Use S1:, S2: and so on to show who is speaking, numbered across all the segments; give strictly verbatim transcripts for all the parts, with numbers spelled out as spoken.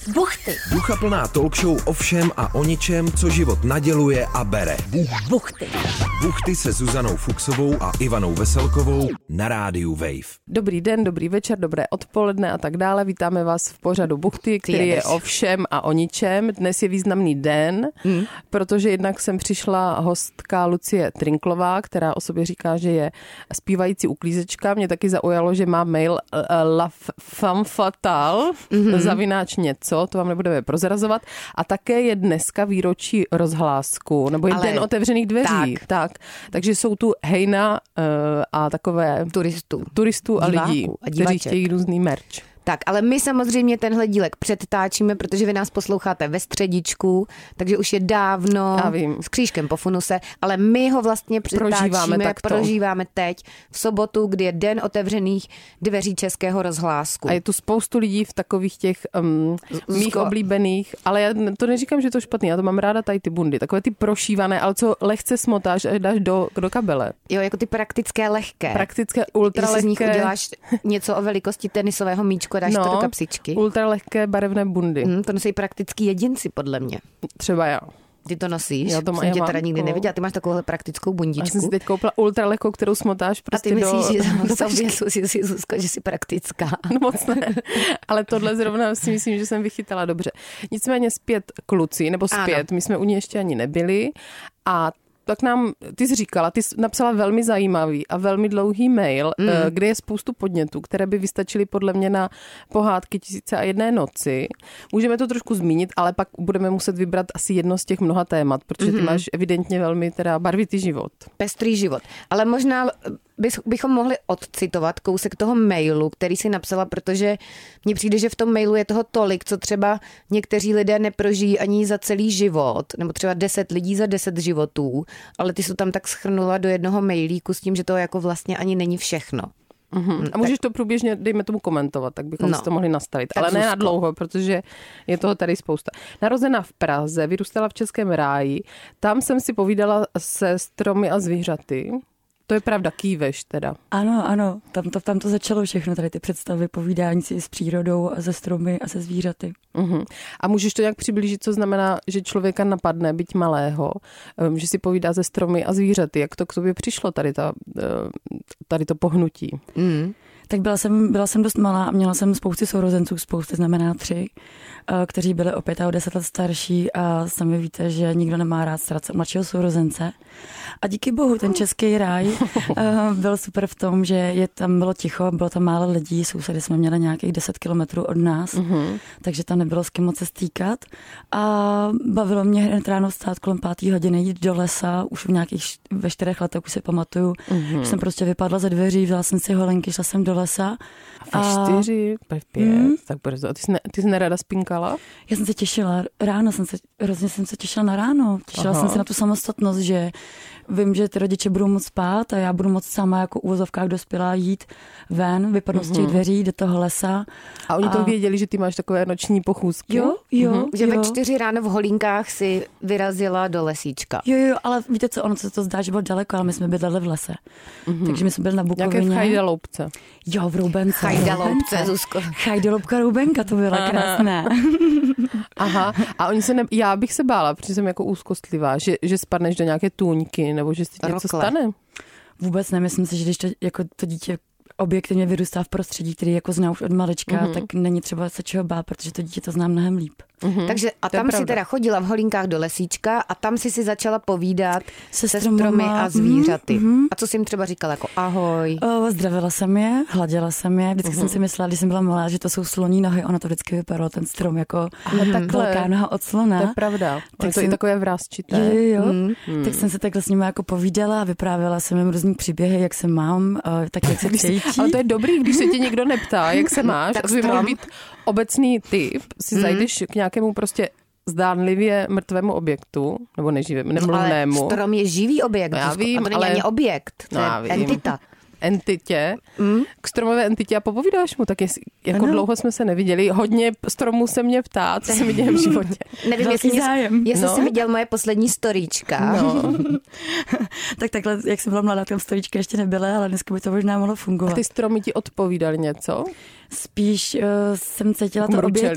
S1: Buchty.
S2: Duchaplná talk show o všem a o ničem, co život naděluje a bere.
S1: Buchty.
S2: Buchty se Zuzanou Fuchsovou a Ivanou Veselkovou na rádiu Wave.
S3: Dobrý den, dobrý večer, dobré odpoledne a tak dále. Vítáme vás v pořadu Buchty, který je o všem a o ničem. Dnes je významný den, hmm. protože jednak sem přišla hostka Lucie Trinklová, která o sobě říká, že je zpívající uklízečka. Mě taky zaujalo, že má mail La Femme Fatale, mm-hmm. zavináč něco, to vám nebudeme prozrazovat. A také je dneska výročí rozhlásku, nebo je Ale den otevřených dveří. Tak. tak. Takže jsou tu hejna uh, a takové
S1: turistů,
S3: turistů a
S1: diváků
S3: lidí,
S1: a
S3: kteří chtějí různý merch.
S1: Tak, ale my samozřejmě tenhle dílek předtáčíme, protože vy nás posloucháte ve středičku, takže už je dávno s křížkem po funuse, ale my ho vlastně předtáčíme, prožíváme, prožíváme teď v sobotu, kdy je den otevřených dveří Českého rozhlásku.
S3: A je tu spoustu lidí v takových těch um, mých oblíbených, ale já to neříkám, že to je špatný, já to mám ráda tady ty bundy, takové ty prošívané, ale co lehce smotáš a dáš do, do kabele.
S1: Jo, jako ty praktické lehké.
S3: Praktické, ultralehké.
S1: Že z nich uděláš něco o velikosti tenisového míčku a dáš
S3: no,
S1: to do kapsičky.
S3: Ultralehké barevné bundy.
S1: Hmm, to nosí praktický jedinci, podle mě.
S3: Třeba já.
S1: Ty to nosíš?
S3: Já to
S1: jsem tě teda nikdy neviděla. Ty máš takovouhle praktickou bundičku.
S3: Já jsem si teď koupila ultralehkou, kterou smotáš prostě do...
S1: A ty myslíš,
S3: do...
S1: že sobě si Zuzko, že jsi praktická.
S3: No moc ne. Ale tohle zrovna si myslím, že jsem vychytala dobře. Nicméně zpět k Luci, nebo zpět. Ano. My jsme u ní ještě ani nebyli a tak nám, ty jsi říkala, ty jsi napsala velmi zajímavý a velmi dlouhý mail, mm. kde je spoustu podnětů, které by vystačily podle mě na pohádky Tisíce a jedné noci. Můžeme to trošku zmínit, ale pak budeme muset vybrat asi jedno z těch mnoha témat, protože ty mm. máš evidentně velmi teda barvitý život.
S1: Pestrý život. Ale možná bychom mohli odcitovat kousek toho mailu, který si napsala, protože mně přijde, že v tom mailu je toho tolik, co třeba někteří lidé neprožijí ani za celý život, nebo třeba deset lidí za deset životů, ale ty jsi tam tak shrnula do jednoho mailíku s tím, že to jako vlastně ani není všechno.
S3: Uhum. A můžeš to průběžně, dejme tomu, komentovat, tak bychom no. si to mohli nastavit. Tak ale ne na dlouho, protože je toho tady spousta. Narozená v Praze, vyrůstala v Českém ráji, tam jsem si povídala se stromy a zvířaty. To je pravda, kýveš teda.
S4: Ano, ano, tam to, tam to začalo všechno, tady ty představy, povídání si s přírodou a se stromy a se zvířaty.
S3: Uh-huh. A můžeš to nějak přiblížit, co znamená, že člověka napadne, byť malého, že si povídá se stromy a zvířaty. Jak to k tobě přišlo, tady, ta, tady to pohnutí?
S4: Mm. Tak byla jsem, byla jsem dost malá a měla jsem spousty sourozenců, spousty znamená tři, kteří byli o pět a o deset let starší a sami víte, že nikdo nemá rád ztrácet mladšího sourozence. A díky bohu ten český ráj byl super v tom, že je tam bylo ticho, bylo tam málo lidí, sousedy jsme měli nějakých deset kilometrů od nás, uh-huh. takže tam nebylo s kým moc se stýkat. A bavilo mě hned ráno vstát kolem páté hodiny, jít do lesa, už v nějakých ve čtyřech letech už si pamatuju, uh-huh. že jsem prostě vypadla ze dveří, vzala jsem si holenky, šla jsem do lesa.
S3: A ve čtyři, ve pět, hmm. tak brzo. A ty jsi, ne, ty jsi nerada spinkala?
S4: Já jsem se těšila, ráno jsem se, hrozně jsem se těšila na ráno. Těšila Aha. jsem se na tu samostatnost, že vím, že ty rodiče budou moc spát a já budu moc sama jako uvozovkách dospělá jít ven, vypadnout mm-hmm. z těch dveří do toho lesa.
S3: A oni a... to věděli, že ty máš takové noční pochůzky?
S4: Jo, jo.
S1: Mm-hmm. Že
S4: jo.
S1: ve čtyři ráno v holínkách si vyrazila do lesíčka.
S4: Jo, jo, ale víte co, ono se to zdá, že bylo daleko, ale my jsme bydleli v lese. Mm-hmm. Takže my jsme byli na Bukovině.
S3: Nějaké v Chajdaloupce.
S4: Jo, v Roubence.
S1: Chajdaloupce, Zuzko.
S4: Chajdaloupka, Roubenka, to byla krásné.
S3: Aha, a oni se ne... já bych se bála, protože jsem jako úzkostlivá, že, že spadneš do nějaké tůňky, nebo že si něco Rokle. stane.
S4: Vůbec ne, myslím si, že když to, jako to dítě objektivně vyrůstá v prostředí, který jako zná už od malička, mm-hmm. tak není třeba se čeho bát, protože to dítě to zná mnohem líp.
S1: Mm-hmm. Takže a tam si teda chodila v holínkách do lesíčka a tam si si začala povídat se, se stromy a zvířaty. Mm-hmm. A co jsi jim třeba říkala jako ahoj?
S4: O, zdravila jsem je, hladila jsem je. Vždycky mm-hmm. jsem si myslela, když jsem byla malá, že to jsou sloní nohy. Ono to vždycky vypadalo, ten strom jako mm-hmm. velká noha od slona.
S3: To je pravda. Tak je to jsem... i takové vrásčité.
S4: Jo, jo. Mm-hmm. Tak jsem se takhle s nimi jako povídala a vyprávěla jsem jim různý příběhy, jak se mám, tak jak se cítí.
S3: Ale to je dobrý, když se tě někdo neptá, jak se máš, tak by mohl být obecný tip, si mm. zajdeš k nějakému prostě zdánlivě mrtvému objektu, nebo neživému, nemluvnému.
S1: Ale strom je živý objekt,
S3: no já vím,
S1: a to není
S3: ale...
S1: ani objekt, to
S3: no,
S1: je entita.
S3: Entitě, mm. k stromové entitě a popovídáš mu, tak je, jako ano. Dlouho jsme se neviděli, hodně stromů se mě ptá, co jsem viděla v životě.
S1: Nevím, jestli, mě, jestli no. jsi viděl moje poslední storíčka.
S3: No.
S4: Tak takhle, jak jsem byla mladá, tam storíčka ještě nebyla, ale dneska by to možná mohlo fungovat.
S3: A ty stromy ti odpovídali něco?
S4: Spíš uh, jsem cítila to obětí.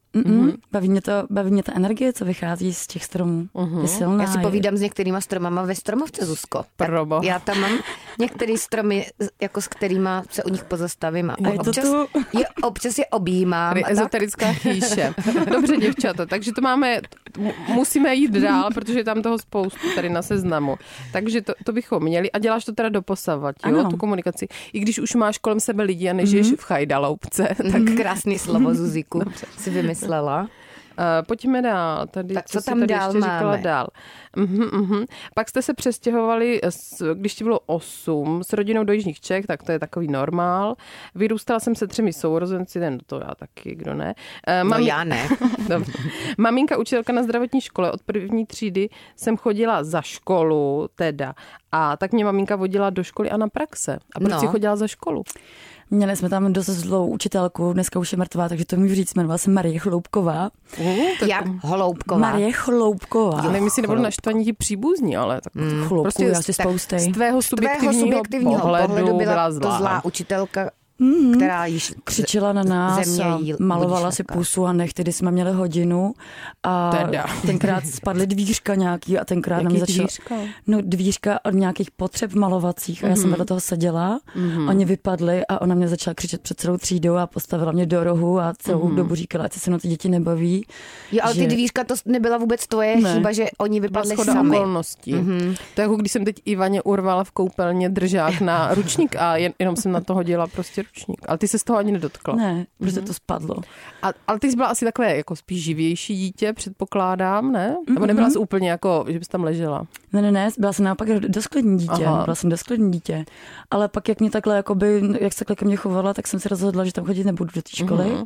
S4: Mm-hmm. Baví mě to, baví mě ta energie, co vychází z těch stromů. Mm-hmm. Je silná.
S1: Já si povídám je... s některýma stromama ve Stromovce, Zuzko.
S3: Probo.
S1: Já tam mám některý stromy, jako s kterýma se u nich pozastavím. A
S4: a je to
S1: občas,
S4: tu?
S1: je, občas je objímám.
S3: Tady ezoterická chýše. Dobře, děvčata, takže to máme, musíme jít dál, protože je tam toho spoustu tady na seznamu. Takže to, to bychom měli. A děláš to teda doposavad, jo, tu komunikaci. I když už máš kolem sebe lidi a nežiješ mm-hmm. v chajdaloupce.
S1: Tak krásný slovo, Zuziku, si vymyslela.
S3: Uh, pojďme dál. Tady,
S1: tak co,
S3: co
S1: tam
S3: tady
S1: dál
S3: ještě
S1: máme?
S3: Dál. Uh-huh, uh-huh. Pak jste se přestěhovali, s, když ti bylo osm, s rodinou do Jižních Čech, tak to je takový normál. Vyrůstala jsem se třemi sourozenci, ten to já taky, kdo ne.
S1: Uh, mami... No já ne.
S3: Dobře. Maminka učitelka na zdravotní škole, od první třídy jsem chodila za školu, teda. A tak mě maminka vodila do školy a na praxe. A proč
S1: no.
S3: jsi chodila za školu?
S4: Měli jsme tam dost zlou učitelku, dneska už je mrtvá, takže to můžu říct, jmenovala se Marie Chloupková.
S1: Uh, Jak Holoubková?
S4: Marie Chloupková.
S3: Jo, nevím, jestli nebudou naštvaní ti příbuzní, ale tak
S4: mm, Chloupku, prostě asi spoustej.
S3: Z tvého subjektivního,
S1: tvého subjektivního pohledu, pohledu byla, byla zlá. to zlá učitelka, mm, která již
S4: křičela na nás a malovala si pusu a nechty, kdy jsme měli hodinu a teda. tenkrát spadly dvířka nějaký a tenkrát
S3: Jaký
S4: nám začala...
S3: dvířka?
S4: No dvířka od nějakých potřeb malovacích a já mm-hmm. jsem vedle toho seděla, mm-hmm. oni vypadli a ona mě začala křičet před celou třídou a postavila mě do rohu a celou mm-hmm. dobu říkala, ať se se mnou ty děti nebaví.
S1: Jo, ale
S4: že...
S1: ty dvířka, to nebyla vůbec tvoje ne. chyba, že oni vypadli sami.
S3: Okolností. Mm-hmm. To je jako když jsem teď Ivaně urvala v koupelně držák na ručník a jen, jenom jsem na to hodila prostě ručník. Ale ty se z toho ani nedotkla.
S4: Ne, protože mm-hmm. to spadlo.
S3: A, ale ty jsi byla asi takové jako spíš živější dítě, předpokládám, ne? Nebo nebyla jsi úplně jako, že bys tam ležela?
S4: Ne, ne, ne, byla jsem naopak dosklidní dítě. Aha. Byla jsem dosklidní dítě. Ale pak, jak mě takhle, jakoby, jak se takhle ke mně chovala, tak jsem si rozhodla, že tam chodit nebudu do té školy. Mm-hmm.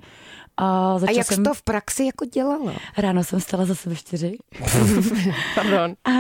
S4: A,
S1: a jak
S4: jsem...
S1: jsi to v praxi jako dělala?
S4: Ráno jsem stala zase ve čtyři.
S3: Pardon.
S4: A,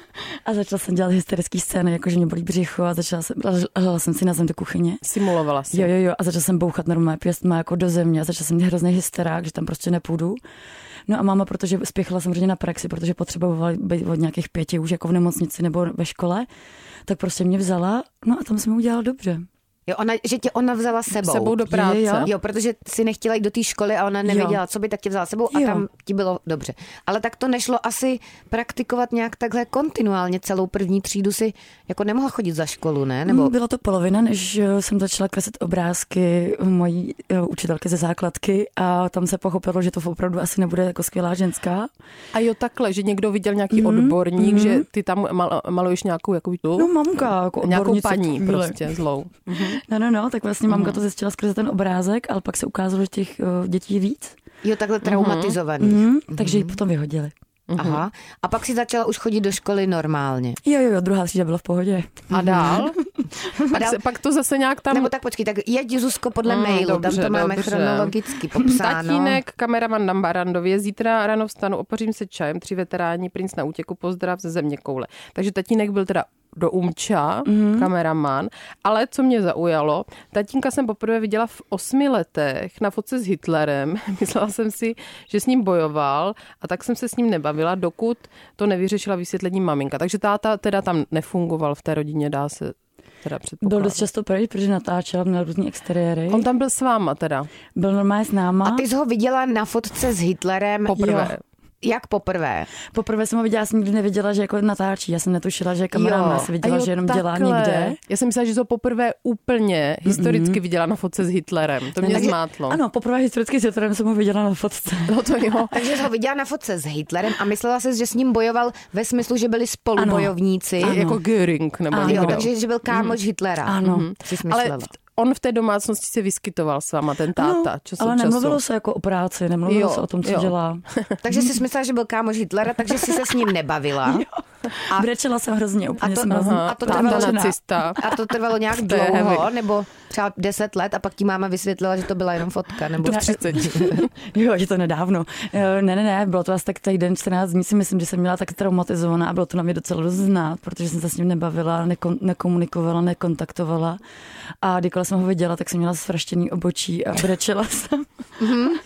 S4: a začala jsem dělat hysterický scény, jakože mě bolí břicho a začala jsem, ležela jsem si na zem do kuchyně.
S3: Simulovala si.
S4: Jo, jo, jo. A začala jsem bouchat normálně pěstma jako do země a začala jsem mít hrozný hysterák, že tam prostě nepůjdu. No a máma, protože spěchala samozřejmě na praxi, protože potřebovala být od nějakých pěti už jako v nemocnici nebo ve škole, tak prostě mě vzala, no a tam jsem mi udělala dobře.
S1: Jo, ona, že tě ona vzala sebou.
S3: Sebou do práce.
S1: Jo, jo, protože si nechtěla jít do té školy a ona nevěděla, jo. co by, tak tě vzala sebou a jo. tam ti bylo dobře. Ale tak to nešlo asi praktikovat nějak takhle kontinuálně. Celou první třídu si jako nemohla chodit za školu, ne? Nebo...
S4: Byla to polovina, než jsem začala kreslit obrázky mojí učitelky ze základky a tam se pochopilo, že to opravdu asi nebude jako skvělá ženská.
S3: A jo, takhle, že někdo viděl nějaký mm, odborník, mm. že ty tam mal, maluješ nějakou jako tu?
S4: No mamka, jako
S3: nějakou paní prostě zlou. Mm-hmm.
S4: No, no, no, tak vlastně mamka to zjistila skrze ten obrázek, ale pak se ukázalo, že těch uh, dětí je víc.
S1: Jo, takhle traumatizovaných.
S4: Mm-hmm. Mm-hmm. Takže ji potom vyhodili.
S1: Mm-hmm. Aha. A pak si začala už chodit do školy normálně.
S4: Jo, jo, jo, druhá třída byla v pohodě.
S3: A dál? pak, dál? Se, pak to zase nějak tam...
S1: Nebo tak počkej, tak jeď Zuzko podle mm, mailu, dobře, tam to máme dobře. chronologicky popsáno.
S3: Tatínek, kameraman na Barandově, zítra ráno vstanu, opořím se čajem, tři veteráni, princ na útěku, pozdrav ze země koule. Takže tatínek byl teda do Umča, mm-hmm. kameraman, ale co mě zaujalo, tatínka jsem poprvé viděla v osmi letech na fotce s Hitlerem. Myslela jsem si, že s ním bojoval a tak jsem se s ním nebavila, dokud to nevyřešila vysvětlením maminka. Takže táta teda tam nefungoval v té rodině, dá se teda předpokládat.
S4: Byl dost často pryč, protože natáčel, měl různý exteriéry.
S3: On tam byl s váma teda?
S4: Byl normálně s náma.
S1: A ty jsi ho viděla na fotce s Hitlerem?
S3: Poprvé.
S1: Jo. Jak poprvé?
S4: Poprvé jsem ho viděla, já jsem nikdy nevěděla, že jako natáčí. Já jsem netušila, že je kameraman, já jsem viděla,
S3: jo,
S4: že jenom
S3: takhle.
S4: dělá někde.
S3: Já jsem myslela, že to poprvé úplně mm-hmm. historicky viděla na fotce s Hitlerem. To mě
S4: Takže,
S3: zmátlo.
S4: Ano, poprvé historicky s Hitlerem jsem ho viděla na fotce.
S3: No to jo.
S1: Takže jsi ho viděla na fotce s Hitlerem a myslela jsi, že s ním bojoval ve smyslu, že byli spolubojovníci.
S3: Ano. Jako Göring nebo
S1: ano.
S3: někdo.
S1: Jo, takže že byl kámoš mm. Hitlera.
S4: Ano.
S1: Mm-hmm.
S3: Ale on v té domácnosti se vyskytoval s váma, ten táta.
S4: No, ale nemluvilo se jako o práci, nemluvilo jo, se o tom, co jo. dělá.
S1: Takže jsi myslela, že byl kámoš Hitlera, takže jsi se s ním nebavila.
S4: A brečela jsem hrozně, úplně
S1: a to,
S4: jsem
S1: aha, a to trvalo,
S3: nacista.
S1: A to trvalo nějak dlouho, nebo třeba deset let a pak ti máma vysvětlila, že to byla jenom fotka, nebo
S3: třicet.
S4: Jo, že to nedávno. Ne, ne, ne, bylo to asi tak týden, čtrnáct dní si myslím, že jsem měla tak traumatizovaná a bylo to na mě docela dost znát, protože jsem se s ním nebavila, nekon, nekomunikovala, nekontaktovala a kdykoliv jsem ho viděla, tak jsem měla svraštěný obočí a brečela jsem.
S1: Mm-hmm.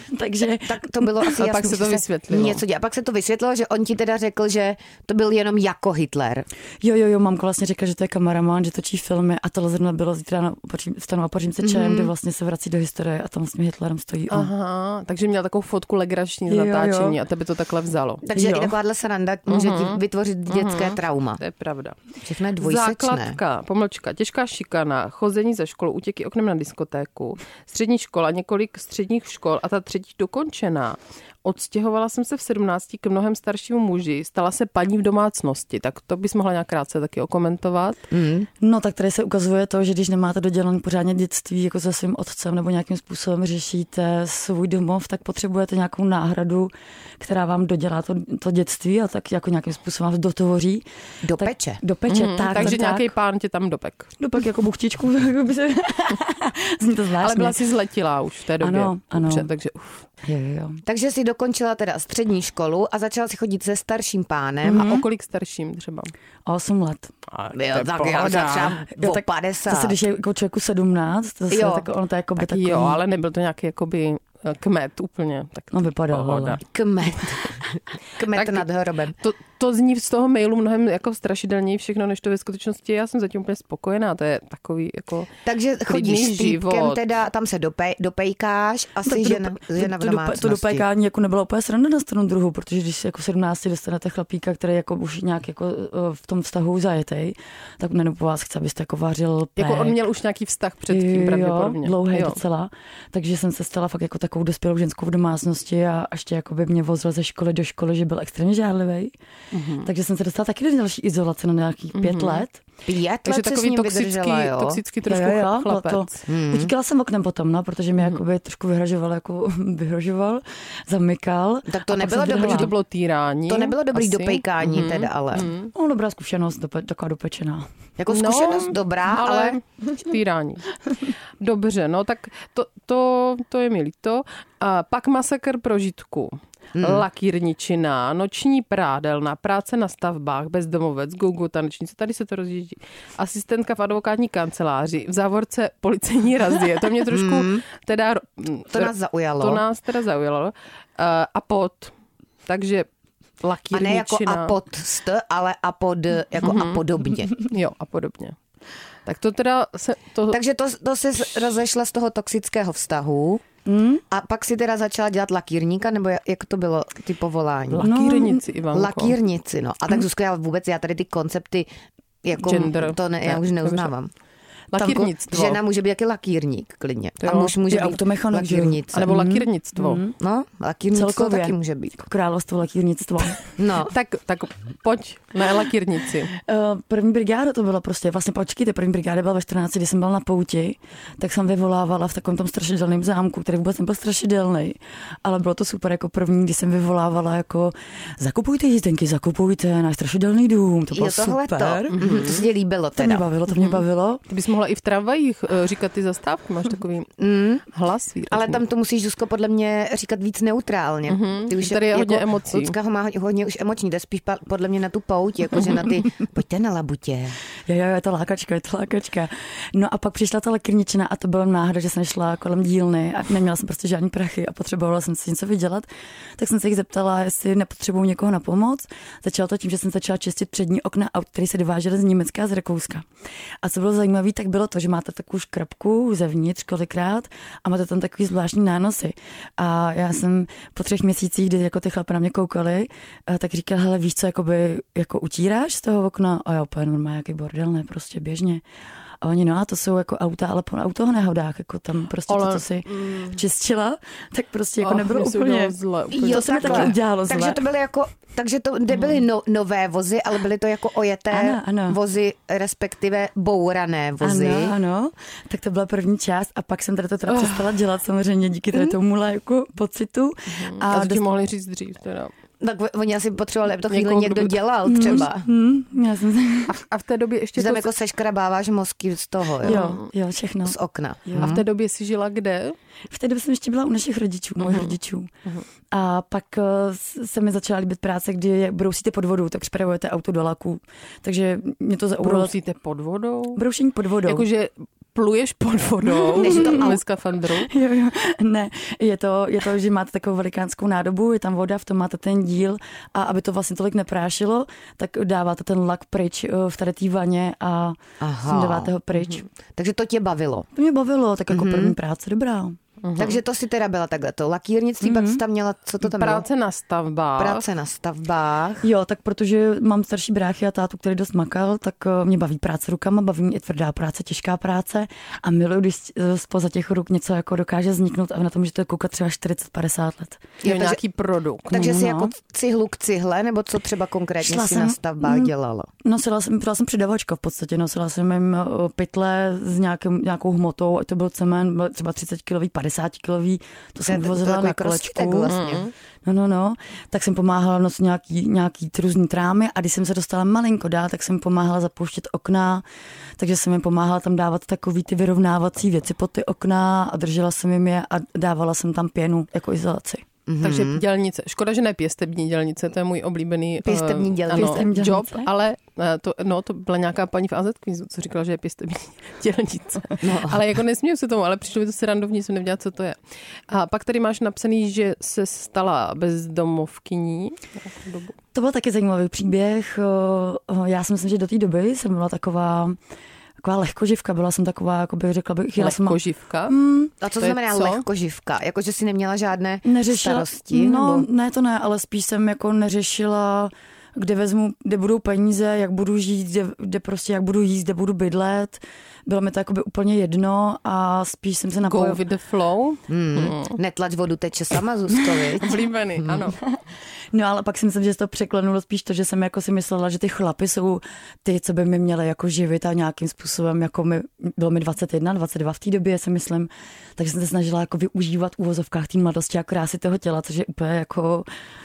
S4: Takže...
S1: Tak to bylo asi
S3: A
S1: jasný,
S3: pak se to
S1: že
S3: vysvětlilo.
S1: Něco dělá. A pak se to vysvětlilo, že on ti teda řekl, že to byl jenom jako Hitler.
S4: Jo, jo, jo, mamka vlastně řekla, že to je kameraman, že točí filmy a tohle zrovna bylo zítra na opočím, vstanu a pořím se čajem, mm-hmm. kde vlastně se vrací do historie a tam s tím Hitlerem stojí on.
S3: Aha, takže měl takovou fotku legrační z
S4: Jo,
S3: natáčení
S4: jo.
S3: a tebe to takhle vzalo.
S1: Takže
S4: Jo.
S1: i takováhle sranda může ti
S3: Mhm.
S1: vytvořit dětské
S3: Mhm.
S1: trauma.
S3: To je pravda.
S1: Všechno je dvojsečné.
S3: Základka, pomlčka, těžká šikana, chození ze školu, útěky oknem na diskotéku, střední škola, několik středních škol a ta třetí dokončená. Odstěhovala jsem se v sedmnácti k mnohem staršímu muži, stala se paní v domácnosti, tak to bys mohla nějak krátce taky okomentovat.
S1: Mm.
S4: No tak tady se ukazuje to, že když nemáte dodělané pořádně dětství jako se svým otcem nebo nějakým způsobem řešíte svůj domov, tak potřebujete nějakou náhradu, která vám dodělá to, to dětství a tak jako nějakým způsobem vás dotvoří.
S1: Do
S4: tak,
S1: peče.
S4: Do peče,
S3: Mhm,
S4: tak.
S3: takže
S4: tak,
S3: nějaký
S4: tak.
S3: pán tě tam dopek.
S4: Dopek jako buchtičku. Jako by se... Zní to zvláštně.
S3: Ale byla jsi zletilá už v té době.
S4: Ano, ano.
S3: Dobře, takže uf.
S4: Jo, jo, jo.
S1: Takže si dokončila teda střední školu a začala si chodit se starším pánem.
S3: Mm-hmm. A o kolik starším třeba?
S4: osm let.
S1: Jo, tak já třeba
S4: Jo,
S1: o
S4: tak
S1: padesát.
S4: Zase, když je jako člověku sedmnáct, to zase
S1: Jo.
S4: tak ono to je jako by
S3: Tak
S4: takový...
S3: jo, ale nebyl to nějaký jakoby eh, kmet úplně. Tak
S4: No vypadal,
S3: pohoda.
S4: ale...
S1: Kmet. Kmet
S3: Tak-
S1: nad hrobem.
S3: To, to zní z toho mailu mnohem jako strašidelněji všechno, než to ve skutečnosti. Já jsem zatím úplně spokojená, to je takový jako...
S1: Takže
S3: klidný
S1: chodíš s týpkem,
S3: život.
S1: teda tam se dopej, dopejkáš, asi
S4: Tak to
S1: žena,
S4: dope-
S1: žena v
S4: to, to,
S1: domácnosti.
S4: to dopékání jako nebylo úplně sranda na stranu druhou, protože když si jako sedmnáct dostanete chlapíka, který jako už nějak jako uh, v tom vztahu zajetej, tak nejenom po vás chce, abyste jako vařil pék.
S3: Jako on měl už nějaký vztah předtím pravděpodobně.
S4: Jo, dlouhý
S3: Jo.
S4: docela. Takže jsem se stala fakt jako takovou dospělou ženskou v domácnosti a ještě jako by mě vozil ze školy do školy, že byl extrémně žárlivý. Mm-hmm. Takže jsem se dostala taky do další izolace na nějakých mm-hmm. pět let.
S1: Pět
S3: Takže
S1: let se s
S3: takový
S1: ním
S3: toxický,
S1: vydržela, jo?
S3: toxický trošku
S4: Jo, jo, jo,
S3: chlapec.
S4: to.
S1: Hmm.
S4: Utíkala jsem oknem potom, no, protože mě jakoby trošku vyhražoval, jako vyhrožoval, zamykal.
S1: Tak to
S4: a pak
S1: nebylo
S4: jsem
S1: dobrý,
S4: vydala.
S3: To bylo týrání.
S1: To nebylo dobrý
S3: asi.
S1: dopejkání
S3: Mhm.
S1: teda, ale.
S3: Mhm.
S4: No, dobrá zkušenost, dope, taková dopečená.
S1: Jako zkušenost dobrá, ale...
S3: týrání. Dobře, no tak to, to, to je mi líto. A pak masakr prožitku. Hmm. Lakírničina, noční prádelna, práce na stavbách, bezdomovec, gogo tanečnice, tady se to rozjíždí. Asistentka v advokátní kanceláři, v závorce policejní razie. To mě trošku
S1: Hmm.
S3: teda...
S1: To nás zaujalo.
S3: To nás teda zaujalo. Uh, a pod. Takže
S1: A
S3: lakírničina.
S1: ne jako apodst, ale apod, jako
S3: Mhm.
S1: a podobně.
S3: Jo, a podobně. Tak to teda se... To...
S1: Takže to, to jsi rozešla z toho toxického vztahu
S4: Hmm?
S1: a pak si teda začala dělat lakírníka, nebo jak, jak to bylo, ty povolání?
S3: Lakírnici, Ivanko.
S1: Lakírnici, no. A tak Zuzka, já vůbec, já tady ty koncepty, jako
S3: Gender.
S1: to ne, já
S3: Ne,
S1: už
S3: to
S1: neuznávám.
S3: Lakírnictvo.
S1: Žena může být jaký lakírník klidně.
S3: Jo.
S1: A muž může
S4: Je
S1: být
S4: automechanik, že jo?
S1: lakírnice.
S3: A nebo lakírnictvo.
S4: Mhm.
S1: No, lakírnictvo
S4: Celkově.
S1: taky může být.
S4: Královstvo lakírnictvo.
S1: No,
S3: Tak, tak pojď na lakírnici.
S4: Uh, první brigáda to byla prostě, vlastně počkejte, první brigáda byla ve čtrnácti, kdy jsem byla na pouti, tak jsem vyvolávala v takovém tom strašidelném zámku, který vůbec nebyl strašidelný, ale bylo to super jako první, kdy jsem vyvolávala jako zakupujte jízdenky, zakupujte náš strašidelný dům, to bylo
S1: jo, tohle
S4: super.
S1: to. Mhm, to se ti líbilo
S4: To mě
S1: teda.
S4: bavilo, to mě bavilo.
S3: Ty bys mohla i v tramvajích eh, říkat ty zastávky, máš takový
S1: Mm,
S3: hlas výrazný.
S1: ale tam to musíš, Zuzko, podle mě říkat víc neutrálně.
S3: Mhm,
S1: Ty už
S3: tady je hodně emocí.
S1: Lucka ho má hodně, hodně už emoční, to je spíš pa, podle mě na tu pouť, jakože na ty, pojďte na labutě.
S4: Jo, jo, je to lákačka, je to lákačka. No a pak přišla ta lakírničina a to byla náhoda, že jsem šla kolem dílny a neměla jsem prostě žádný prachy a potřebovala jsem si něco vydělat. Tak jsem se jich zeptala, jestli nepotřebuju někoho na pomoc. Začalo to tím, že jsem začala čistit přední okna aut, které se dovážely z Německa a z Rakouska. A co bylo zajímavé, tak bylo to, že máte takovou škrabku zevnitř kolikrát a máte tam takový zvláštní nánosy. A já jsem po třech měsících, kdy jako ty chlapy na mě koukali, tak říkal, hele, víš co, jakoby, jako utíráš z toho okna? A já úplně normálně, jaký bordel, ne, prostě běžně. A oni, no a to jsou jako auta, ale po autonehodách, jako tam prostě
S3: Ale,
S4: to, co si
S3: mm.
S4: čistila, tak prostě jako
S3: Ach,
S4: nebylo
S3: mě se
S4: úplně...
S3: udělalo zle, úplně.
S4: To se mi taky udělalo zle.
S1: Takže to byly jako, takže to nebyly no, nové vozy, ale byly to jako ojeté
S4: Ano, ano.
S1: vozy, respektive bourané vozy.
S4: Ano, ano, tak to byla první část a pak jsem tady to teda přestala dělat samozřejmě díky tady tomu jako pocitu.
S3: A, a to ti
S4: dost-
S3: mohli říct dřív teda.
S1: Tak oni asi potřebovali, aby to chvíli
S3: Někoho,
S1: někdo
S3: kdo by-
S1: dělal třeba.
S4: Hmm, já jsem
S3: A, a v té době ještě
S1: Že tam
S3: to...
S1: jako seškrabáváš mozky z toho, jo?
S4: Jo, jo, všechno.
S1: Z okna.
S4: Jo.
S3: A v té době jsi žila kde?
S4: V té době jsem ještě byla u našich rodičů, mojich
S3: Mhm.
S4: rodičů. A pak uh, se mi začala líbit práce, kdy brousíte pod vodou, tak spravujete auto do laku. Takže mě to zaujalo.
S3: Brousíte pod vodou?
S4: Broušení pod vodou.
S3: Jakože pluješ pod vodou
S1: Než to
S3: ve skafandru?
S4: Jo, jo. Ne, je to, je to, že máte takovou velikánskou nádobu, je tam voda, v tom máte ten díl a aby to vlastně tolik neprášilo, tak dáváte ten lak pryč v tady té vaně a dáváte ho pryč.
S1: Mm-hmm. Takže to tě bavilo?
S4: To mě bavilo, tak jako mm-hmm. první práce, dobrá.
S1: Uhum. Takže to si teda byla takhle to lakírnictví, mm-hmm. pak jsi tam měla, co to tam
S3: Práce
S1: bylo?
S3: na stavbách.
S1: Práce na stavbách.
S4: Jo, tak protože mám starší bráchy a tátu, který dost makal, tak mě baví práce rukama, baví mě i tvrdá práce, těžká práce a miluji, když spoza těch ruk něco jako dokáže vzniknout a na tom, že to je koukat třeba čtyřicet padesát let.
S3: Jo, takže, nějaký produkt.
S1: Takže
S4: no,
S1: jsi
S4: no.
S1: jako cihlu k cihle, nebo co třeba konkrétně
S4: Šla
S1: si
S4: jsem,
S1: na stavbách dělala?
S4: Nosila jsem, byla jsem přidavačka v podstatě, nosila jsem jim pytle s nějakým, nějakou hmotou, ať to byl cement, byl třeba třicet kilový, padesát kilový, to jsem vozila na kolečku.
S1: Vlastně.
S4: No, no, no. Tak jsem pomáhala nosit nějaký, nějaký ty různý trámy a když jsem se dostala malinko dál, tak jsem pomáhala zapouštět okna, takže jsem jim pomáhala tam dávat takový ty vyrovnávací věci pod ty okna a držela jsem jim je a dávala jsem tam pěnu jako izolaci.
S3: Mm-hmm. Takže dělnice. Škoda, že ne pěstební dělnice, to je můj oblíbený
S1: pěstební dělnice.
S3: Ano,
S4: pěstební
S3: job, ale to, no, to byla nějaká paní v á zet kvízu, co říkala, že je pěstební dělnice. No. Ale jako nesměju se tomu, ale přišlo mi to srandovní, jsem nevěděla, co to je. A pak tady máš napsaný, že se stala bezdomovkyní.
S4: To byl taky zajímavý příběh. Já si myslím, že do té doby jsem byla taková taková lehkoživka, byla jsem taková, jako bych řekla bych...
S3: Lehkoživka?
S4: Jsem, mm,
S1: a co to znamená co? Lehkoživka? Jako, že jsi neměla žádné
S4: neřešila,
S1: starosti?
S4: No,
S1: nebo?
S4: ne, to ne, ale spíš jsem jako neřešila, kde vezmu, kde budou peníze, jak budu žít, kde, kde prostě, jak budu jíst, kde budu bydlet. Bylo mi to jakoby úplně jedno a spíš jsem se napojila.
S3: Go with the flow.
S1: Mm. Mm. Netlač vodu, teče sama, Zuzko, viď?
S3: Oblíbený, mm. ano.
S4: No ale pak si myslím, že to překlenulo spíš to, že jsem jako si myslela, že ty chlapy jsou ty, co by mi měly jako živit a nějakým způsobem, jako mi, bylo mi dvacet jedna, dvacet dva v té době, si myslím, takže jsem se snažila jako využívat v úvozovkách té mladosti a krásy toho těla, což je úplně jako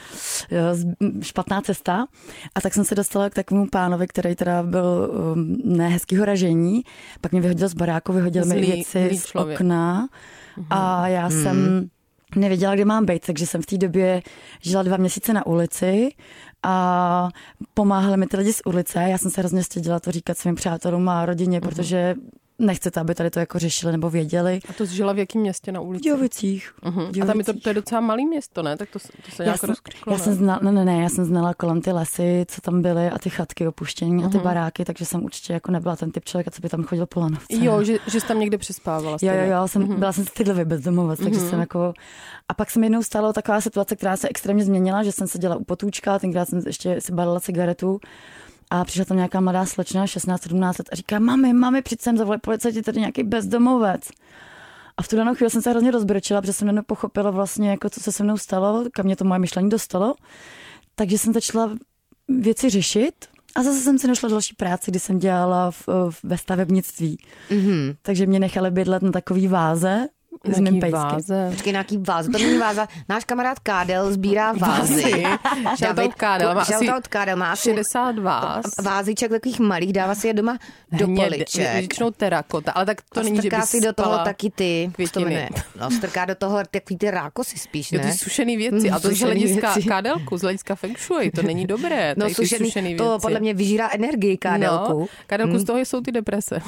S4: špatná cesta. A tak jsem se dostala k takovému pánovi, který teda byl um, ne hezkýho ražení, pak mě vyhodil z baráku, vyhodil zlý, mi věci z okna uhum. A já hmm. jsem nevěděla, kde mám být, takže jsem v té době žila dva měsíce na ulici a pomáhali mi ty lidi z ulice. Já jsem se hrozně styděla to říkat svým přátelům a rodině, uhum. protože nechcete, aby tady to jako řešili nebo věděli.
S3: A to jsi žila v jakém městě na ulici?
S4: Dějovicích.
S3: Uh-huh. A tam je to, to je docela malý město, ne? Tak to, to se nějak rozkřiklo,
S4: já jsem znala, ne, ne, ne, já jsem znala kolem ty lesy, co tam byly a ty chatky opuštění uh-huh. a ty baráky, takže jsem určitě jako nebyla ten typ člověka, co by tam chodil po lanovce.
S3: Jo, že, že jsi tam někde přespávala.
S4: Jo, jo, jo, jsem, uh-huh. byla jsem stydlivý bezdomovec, takže uh-huh. jsem jako... A pak se mi jednou stala taková situace, která se extrémně změnila, že jsem seděla u potůčka, tenkrát jsem ještě si balila cigaretu. A přišla tam nějaká mladá slečna, šestnáct sedmnáct let a říká, mami, mami, přijď sem, zavolej policajti, tady nějaký bezdomovec. A v tu danou chvíli jsem se hrozně rozbrečela, protože jsem nepochopila vlastně, jako co se se mnou stalo, kam mě to moje myšlení dostalo. Takže jsem začala věci řešit a zase jsem si našla další práci, kdy jsem dělala v, v, ve stavebnictví. Mm-hmm. Takže mě nechali bydlet na takový váze.
S3: Nějaký váze.
S1: Počkej, nějaký váze. To není váza. Náš kamarád Kádel sbírá vázy.
S3: Shoutout Kádel. Má asi
S1: Kádel má asi
S3: šedesát váz.
S1: Váziček takových malých, dává si je doma do poliček.
S3: Většinou terakota, ale tak to
S1: a
S3: není, že bys
S1: si do toho taky ty.
S3: Květiny.
S1: No, strká do toho takový ty rákosy spíš, ne?
S3: Jo, ty sušený věci. A to z hlediska Kádelku, z hlediska feng shui, to není dobré.
S1: No, sušený, sušený věci. To podle mě vyžírá energii Kádelku.
S3: No, Kádelku, hmm. z toho jsou ty deprese.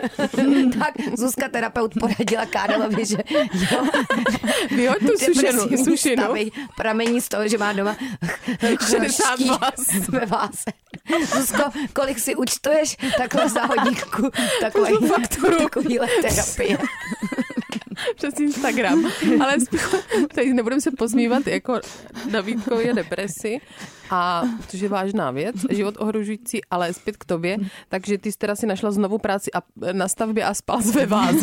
S1: Tak Zuzka, terapeut, poradila Kádelovi, že jo,
S3: vyhoď tu sušenu, sušenu.
S1: Stavy pramení z toho, že má doma
S3: šedesát váz
S1: ve váze. Zuzko, kolik si účtuješ takhle za hodinku takový fakturu, takovýhle terapie.
S3: Přes Instagram. Ale tady nebudeme se pozmívat jako na Vítkově depresi, a což je vážná věc, život ohrožující, ale zpět k tobě. Takže ty jsi teda si našla znovu práci a, na stavbě a spal ve váze.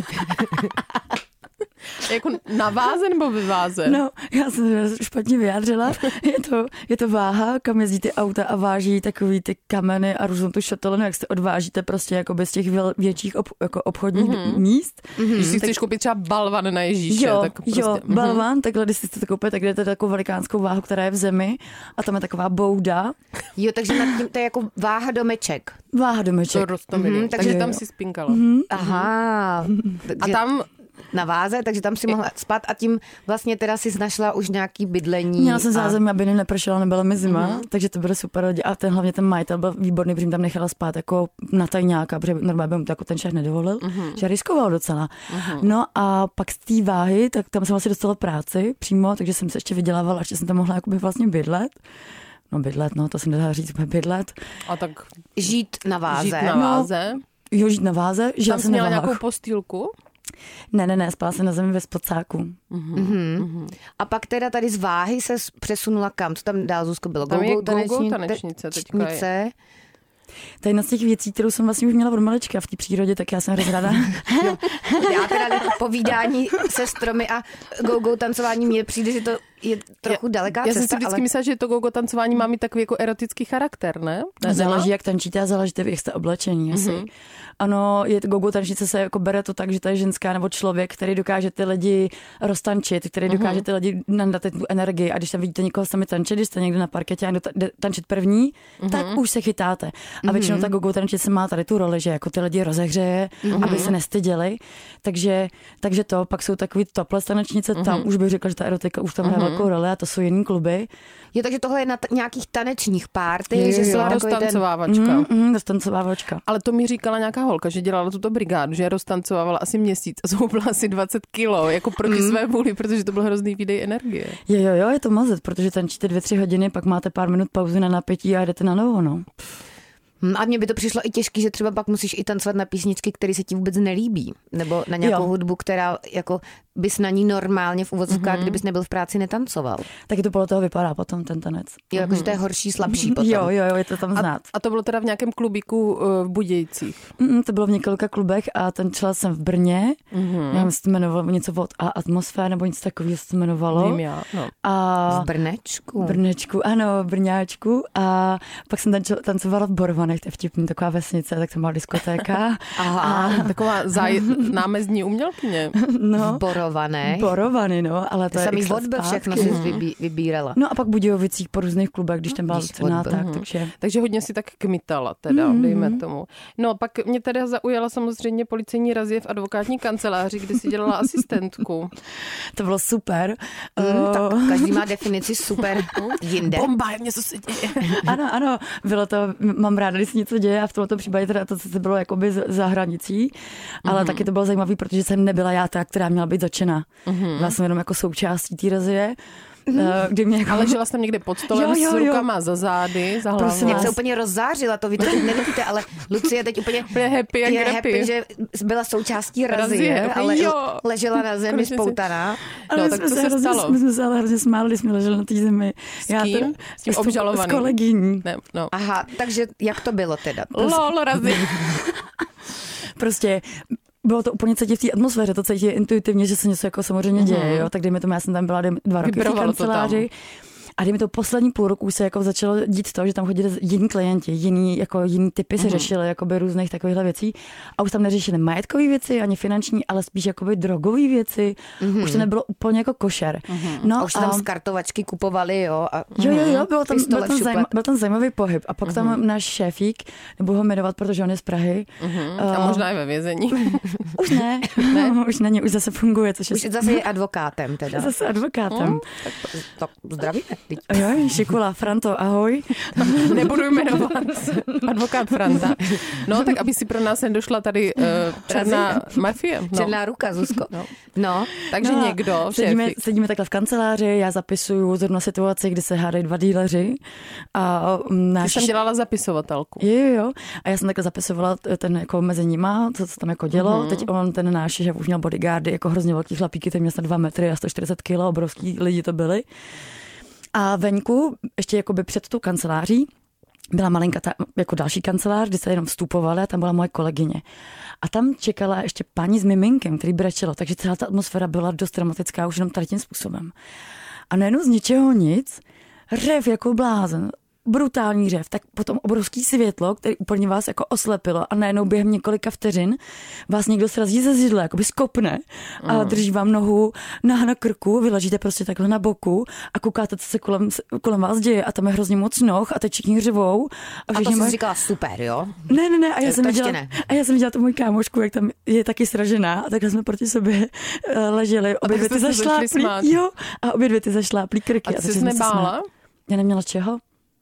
S3: Jako na váze nebo ve váze?
S4: No, já jsem špatně vyjádřila. Je to, je to váha, kam jezdí ty auta a váží takový ty kameny a různou tu šatelinu, jak se odvážíte prostě jako bez těch větších ob, jako obchodních mm-hmm. míst.
S3: Mm-hmm. Když si tak... chceš koupit třeba balvan na Ježíše.
S4: Jo,
S3: tak prostě...
S4: jo balvan, takhle, když si chcete koupit, tak jdete takovou velikánskou váhu, která je v zemi a tam je taková bouda.
S1: Jo, takže nad tím to je jako váha domeček.
S4: Váha domeček.
S3: To mm-hmm,
S1: takže,
S3: takže tam si spinkala.
S1: Mm-hmm. Aha.
S3: A tam
S1: na váze, takže tam si mohla spát a tím vlastně teda si našla už nějaký bydlení.
S4: Měla jsem
S1: a...
S4: zázemí, aby nepršela, nebyla mi zima,
S1: Mhm.
S4: takže to bylo super lidi. A ten hlavně ten majitel byl výborný, protože jim tam nechala spát jako na tajňáka, protože normálně by mu to jako ten šéf nedovolil,
S1: Mhm.
S4: že riskoval docela.
S1: Mhm.
S4: No a pak z té váhy, tak tam jsem vlastně dostala práci přímo, takže jsem se ještě vydělávala, ještě jsem tam mohla jakoby vlastně bydlet. No bydlet, no to se nedá říct, bydlet.
S3: A tak
S1: Žít na váze.
S3: žít na
S4: No,
S3: váze.
S4: Jo, žít na váze, že
S3: Tam jsi měla nějakou postýlku?
S4: Ne, ne, ne, spala jsem na zemi ve spacáku.
S1: Mhm. A pak teda tady z váhy se přesunula kam? Co tam dál, Zuzko, bylo?
S3: Tam je
S1: Go-go
S3: go-go tanečnice teďka je.
S1: tanečnice.
S4: To je jedna z těch věcí, kterou jsem vlastně už měla od malička v té přírodě, tak já jsem hrozně ráda.
S1: Já teda povídání se stromy a go-go tancování mně přijde, že to je trochu daleká
S3: Já
S1: cesta.
S3: jsem si vždycky
S1: ale...
S3: myslela, že to go-go tancování má mít takový jako erotický charakter, ne? ne
S4: Záleží, jak tančíte a záleží, jak jste oblečení. Asi. Mm-hmm. Ano, je to go-go tančnice se jako bere to tak, že to je ženská nebo člověk, který dokáže ty lidi roztančit, který dokáže ty lidi nandat tu energii. A když tam vidíte někoho sami tančit, když jste někde na parketě a jde tančit první, mm-hmm. tak už se chytáte. A většinou ta go-go tančice má tady tu roli, že jako ty lidi rozehřeje, mm-hmm. aby se nestyděli. Takže, takže to, pak jsou takový topless tanečnice, mm-hmm. tam už bych řekla, že ta erotika už tam hraje mm-hmm. velkou roli a to jsou jiný kluby.
S1: Jo, takže tohle je na t- nějakých tanečních párty,
S4: Jo,
S1: že
S4: jo,
S1: jsou
S4: jo.
S1: takový ten...
S3: Roztancovávačka.
S4: Mm, mm, roztancovávačka.
S3: Ale to mi říkala nějaká holka, že dělala tuto brigádu, že roztancovávala asi měsíc a zhoubla asi dvacet kilo, jako proti mm. své vůli, protože to byl hrozný výdej energie.
S4: Jo, jo, jo, je to mazet, protože tančíte dvě, tři hodiny, pak máte pár minut pauzy na napětí a jdete na novo, no.
S1: A mně by to přišlo i těžký, že třeba pak musíš i tancovat na písničky, které se ti vůbec nelíbí. Nebo na nějakou
S4: Jo.
S1: hudbu, která jako bys na ní normálně v uvozovkách, mm-hmm. kdybys nebyl v práci, netancoval.
S4: Taky to podle toho vypadá potom ten tanec.
S1: Jo, jakože to je horší, slabší potom.
S4: Jo, jo, jo, je to tam znát.
S3: A to bylo teda v nějakém klubíku uh, v Budějcích.
S4: Mm, to bylo v několika klubech a ten čel jsem v Brně. Mm-hmm. Já se to jmenovalo něco od A atmosfér nebo něco takového se to jmenovalo.
S3: Vím já, no.
S4: A
S1: V Brnečku.
S4: v Brnečku, ano, v Brňáčku. A pak jsem tančo, tancovala v Borovanech, to je vtipný, taková vesnice, tak to má diskotéka.
S3: Aha, a taková záj- námezdní umělkyně.
S4: No,
S1: V Borovanech.
S4: Borovany, no, ale to
S1: To
S4: je
S1: samý
S4: x let
S1: vodbe všechno
S4: zpátky.
S1: si vybí, vybírala.
S4: No a pak Budějovicích po různých klubech, když tam byla
S1: Když
S4: Lucerná,
S1: Vodbe.
S4: tak,
S3: Mhm.
S4: takže...
S3: Takže hodně si tak kmitala teda, mm-hmm. dejme tomu. No pak mě teda zaujala samozřejmě policejní razie v advokátní kanceláři, kde si dělala asistentku.
S4: To bylo super.
S1: Mm,
S4: Uh,
S1: tak každý má definici super jinde.
S3: Bomba, něco se děje.
S4: Ano, ano, bylo to, mám ráda, když se něco děje a v tomto případě teda to se bylo jakoby z- za hranicí, ale mm-hmm. taky to bylo zajímavé, protože jsem nebyla já ta, která měla být začena. Mm-hmm. Byla jsem jenom jako součástí té razie. Mm-hmm. Kdy mě jako...
S3: Ale žila jsem někde pod stolem
S4: Jo, jo,
S3: s
S4: jo.
S3: rukama za zády, za hlavou.
S4: Prosím
S1: Jak
S4: vás.
S1: se úplně rozzářila, to vy to teď nevidíte, ale Lucie teď úplně
S3: Úplně happy jak
S1: je
S3: grepy.
S1: happy, že byla součástí razie,
S3: Razie,
S1: ale
S3: jo.
S1: ležela na zemi
S3: Konečně si-
S1: spoutaná.
S3: No,
S4: my
S3: tak
S4: jsme
S3: to se
S4: hrozně,
S3: stalo.
S4: My jsme se ale hrozně smáli, když jsme leželi na té zemi.
S3: S kým? S tím
S4: s,
S3: obžalovaným?
S4: S kolegyní.
S3: Ne, no.
S1: Aha, takže jak to bylo teda?
S3: Lol, razie.
S4: Prostě bylo to úplně cítit v té atmosféře, to cítit intuitivně, že se něco jako samozřejmě děje,
S3: Mhm.
S4: jo? Tak dejme tomu, já jsem tam byla dejme, dva roky v té
S3: Vibrovalo to tam.
S4: kanceláři. A dejme to poslední půl roku už se jako začalo dít to, že tam chodili jiní klienti, jiný, jako jiný typy se
S3: Mhm.
S4: řešily, jakoby různých takovýchhle věcí. A už tam neřešili majetkové věci, ani finanční, ale spíš jakoby drogové věci. Už to nebylo úplně jako košer. No
S1: A už se tam z kartovačky kupovali, jo? A...
S4: Jo, jo, jo, bylo tam,
S1: Pistole
S4: byl, tam
S1: v šuple.
S4: zajma, byl tam zajímavý pohyb. A pak tam náš šéfík, nebudu ho jmenovat, protože on je z Prahy.
S3: A
S4: Uh,
S3: možná i ve vězení.
S4: Už ne, ne. už není, už zase funguje, což je
S1: Už zase je advokátem teda.
S4: zase advokátem.
S1: Tak, tak zdravíme. teď.
S4: Jo, Šikula, Franto, ahoj.
S3: Nebudu jmenovat. Advokát Franta. No, tak aby si pro nás nedošla tady uh, černá mafie. No.
S1: Černá ruka, Zuzko.
S3: No.
S1: No.
S3: Takže
S4: No,
S3: někdo,
S4: sedíme,
S3: šéfik.
S4: sedíme takhle v kanceláři, já zapisuju zrovna situaci, kdy se hádají dva díleři. A mm,
S3: Ty
S4: náš...
S3: jsem dělala zapisovatelku.
S4: Jo, jo, jo. A já jsem takhle zapisovala ten jako mezi nima, co se tam jako dělo.
S3: Mhm.
S4: Teď on, ten náš šéf už měl bodyguardy, jako hrozně velký chlapíky, ten měl snad dva metry a sto čtyřicet kilo, obrovský lidi to byli. A venku, ještě jakoby před tou kanceláří, byla malinká ta, jako další kancelář, kdy se jenom vstupovali a tam byla moje kolegyně. A tam čekala ještě paní s miminkem, který brečelo, takže celá ta atmosféra byla dost dramatická už jenom tady tím způsobem. A najednou z ničeho nic, řev jako blázen. brutální řev, tak potom obrovský světlo, který úplně vás jako oslepilo a najednou během několika vteřin vás někdo srazí ze zidla, jakoby skopne a mm. drží vám nohu na, na krku, vy ležíte prostě takhle na boku a koukáte, co se kolem, kolem vás děje a tam je hrozně moc noh a teď všichni řvou.
S1: A, a to jsi maj... říkala super, jo?
S4: Ne, ne, ne, a já, jsem
S1: to
S4: viděla,
S1: ne.
S4: a já jsem viděla tu moji kámošku, jak tam je taky sražená a takhle jsme proti sobě leželi, obě dvě ty zašláplí, jo, a obě dvě ty zašláplí krky.
S3: A ty jsi nebála?
S4: Já neměla čeho.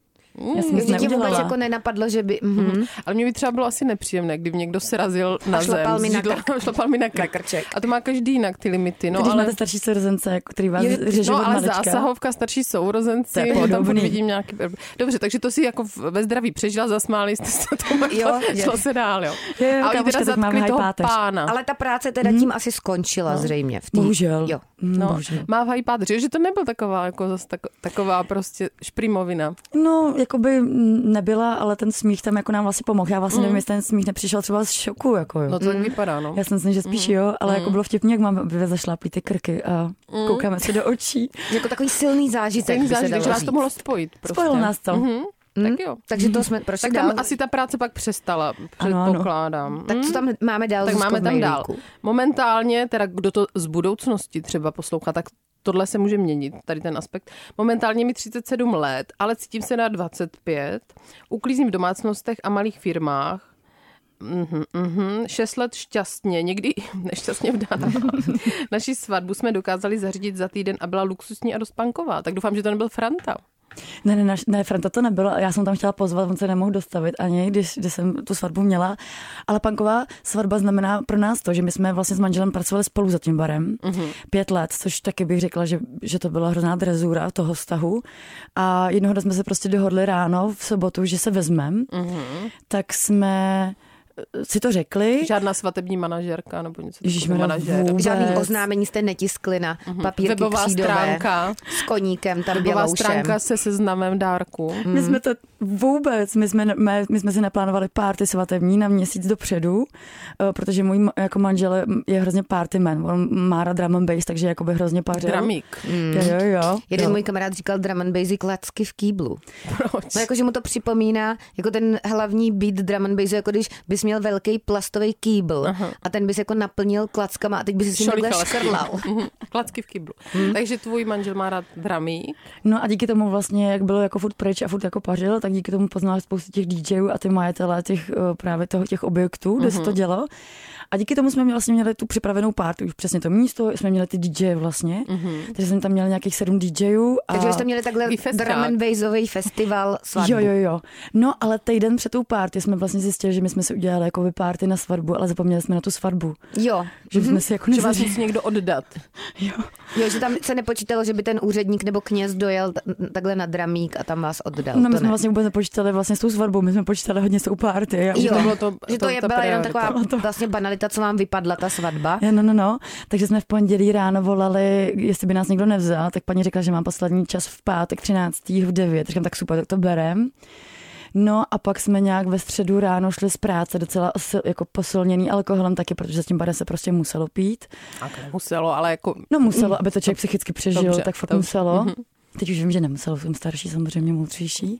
S1: Já jsem nic neudělala. Vůbec jako nenapadlo, že by... Mm-hmm. Mm.
S3: Ale mě by třeba bylo asi nepříjemné, kdyby někdo srazil na zem.
S1: Šlapal mi na krk.
S3: Šlapal mi na krček. A to má každý jinak ty limity. No,
S4: když
S3: ale...
S4: máte starší sourozence, který vás je, řeže
S3: no,
S4: od
S3: ale
S4: malička.
S3: zásahovka starší sourozenci. Tam vidím nějaký... Dobře, takže to si jako ve zdraví přežila, zasmáli jste se tomu. Jo, šlo se dál, jo.
S4: jo, jo
S3: a oni teda zatkli toho
S4: páteř.
S3: pána.
S1: Ale ta práce teda tím hmm. asi skončila no. zřejmě. V tý...
S4: Bohužel.
S1: Jo.
S4: No,
S3: bohužel. Má v hají páteř, že to nebyl taková, jako zase tak, taková prostě šprimovina.
S4: No, jakoby nebyla, ale ten smích tam jako nám vlastně pomohl. Já vlastně mm. nevím, jestli ten smích nepřišel třeba z šoku. Jako jo.
S3: No to tak vypadá, no.
S4: Já jsem si, že spíš mm. jo, ale mm. jako bylo vtipně, jak máme obě zašláplý ty krky a mm. koukáme se do očí.
S1: Jako takový silný zážitek.
S3: Silný zážitek, že vás to mohlo spojit. Prostě.
S4: Spojilo nás to.
S3: Mm-hmm. Mm. Tak jo.
S1: Takže to jsme prošli
S3: tak tam
S1: dál.
S3: asi ta práce pak přestala, předpokládám.
S1: Ano. Tak co tam máme dál?
S3: Tak máme tam dál. Momentálně, teda kdo to z budoucnosti třeba poslouchá, tak tohle se může měnit, tady ten aspekt. Momentálně mi třicet sedm let, ale cítím se na dvacet pět. Uklízím v domácnostech a malých firmách. Uhum, uhum. Šest let šťastně, někdy nešťastně vdaná. Naši svatbu jsme dokázali zařídit za týden a byla luxusní a dost punková. Tak doufám, že to nebyl Franta.
S4: Ne, ne, ne, Franta to nebylo. Já jsem tam chtěla pozvat, on se nemohl dostavit ani, když, když jsem tu svatbu měla. Ale punková svatba znamená pro nás to, že my jsme vlastně s manželem pracovali spolu za tím barem mm-hmm. pět let, což taky bych řekla, že, že to byla hrozná drezura toho vztahu. A jednoho dne jsme se prostě dohodli ráno v sobotu, že se vezmeme. Mm-hmm. Tak jsme si to řekli.
S3: Žádná svatební manažerka nebo něco
S4: takového manažér.
S1: Žádný oznámení jste netiskli na uh-huh. papírky
S3: webová
S1: křídové.
S3: Stránka.
S1: S koníkem tam
S3: webová
S1: běloušem.
S3: stránka se seznamem dárku.
S4: Mm. My jsme to vůbec, my jsme, my, my jsme si neplánovali party svatební na měsíc dopředu, protože můj jako manžel je hrozně party man. On má rád drum and bass, takže jakoby hrozně pařil.
S3: Dramík.
S4: Mm. Jo, jo, jo.
S1: Jeden
S4: jo.
S1: můj kamarád říkal drum and bassy klacky v kýblu.
S3: Proč?
S1: No jakože mu to připomíná, jako ten hlavní beat drum and bassu, jako když bys měl velký plastový kýbl Aha. a ten bys jako naplnil klackama a teď bys si takhle škrlal.
S3: Klacky v kýblu. Hmm. Takže tvůj manžel má rád dramík.
S4: No a díky tomu vlastně, jak bylo jako furt pryč a furt jako pařil, tak díky tomu poznal spoustu těch DJů a ty majitelé těch právě toho, těch objektů, kde uh-huh. se to dělo. A díky tomu jsme vlastně měli tu připravenou party, už přesně to místo, jsme měli ty DJy vlastně, mm-hmm. takže jsem tam měla nějakých sedm DJů. A...
S1: Takže jste měli takhle drum and bassový festival svatbu.
S4: Jo, jo, jo. No, ale týden před tou party jsme vlastně zjistili, že my jsme si udělali jako party na svatbu, ale zapomněli jsme na tu svatbu.
S1: Jo.
S4: Že mm-hmm. jsme si jako
S3: že vás musí někdo oddat.
S4: Jo.
S1: Jo, že tam se nepočítalo, že by ten úředník nebo kněz dojel t- takhle na dramík a tam vás oddal.
S4: No, my
S1: to
S4: jsme
S1: ne.
S4: vlastně vůbec nepočítali vlastně s tou svatbou, my jsme počítali hodně s tou party.
S1: Jo,
S3: to bylo to,
S1: že to, to je byla jenom taková to... vlastně banalita, co vám vypadla ta svatba.
S4: No, no, no. Takže jsme v pondělí ráno volali, jestli by nás někdo nevzal, tak paní řekla, že mám poslední čas v pátek třináctého v devět. Říkám, tak super, tak to berem. No a pak jsme nějak ve středu ráno šli z práce, docela jako posilněný alkoholem taky, protože s tím barem se prostě muselo pít.
S3: A to muselo, ale jako...
S4: No muselo, aby to člověk psychicky přežil, dobře, tak fakt
S3: to...
S4: muselo. Mm-hmm. Teď už vím, že nemuselo, jsem starší, samozřejmě moudřejší.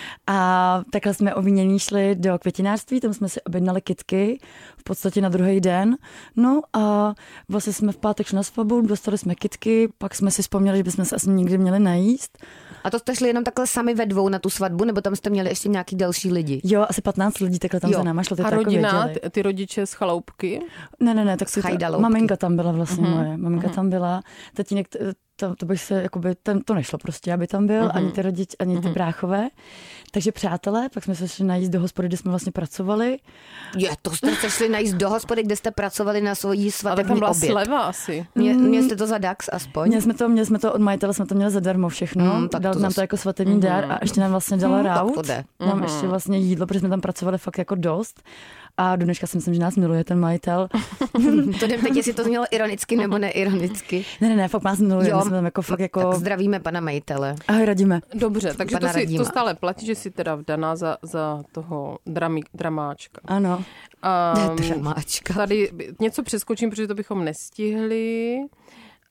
S4: A takhle jsme ovínění šli do květinářství, tam jsme si objednali kytky v podstatě na druhý den. No a vlastně jsme v pátek šli na svatbu, dostali jsme kytky, pak jsme si vzpomněli, že bychom se asi někdy měli najíst.
S1: A to jste šli jenom takhle sami ve dvou na tu svatbu, nebo tam jste měli ještě nějaký další lidi?
S4: Jo, asi patnáct lidí takhle tam jo. za náma šlo.
S3: A rodina, ty, ty rodiče z chaloupky?
S4: Ne, ne, ne, tak si ta, maminka tam byla vlastně uh-huh. moje, maminka uh-huh. tam byla, tatínek, to, to bych se, jakoby, ten, to nešlo prostě, aby tam byl, uh-huh. ani ty rodiče, ani uh-huh. ty bráchové. Takže přátelé, pak jsme se šli najíst do hospody, kde jsme vlastně pracovali.
S1: Je, to jste se šli najíst do hospody, kde jste pracovali na svojí svatební oběd.
S3: Ale tam byla sleva asi.
S1: Mě, měli jste to za dax aspoň?
S4: Měli jsme to, měli jsme to od majitele, jsme to měli zadarmo všechno. Mm, dal to nám zase... to jako svatební mm-hmm. dar a ještě nám vlastně dala mm, raut. Nám mm-hmm. ještě vlastně jídlo, protože jsme tam pracovali fakt jako dost. A do dneška si myslím, že nás miluje ten majitel.
S1: To nevím teď, jestli to znělo ironicky nebo neironicky.
S4: Ne, ne, ne, fakt nás miluje. Jo, my jsme tam jako fakt jako...
S1: Tak zdravíme pana majitele.
S4: Ahoj, radíme.
S3: Dobře, takže to, si, to stále platí, že jsi teda vdaná za, za toho drami, dramáčka.
S4: Ano.
S1: Um, dramáčka.
S3: Tady něco přeskočím, protože to bychom nestihli.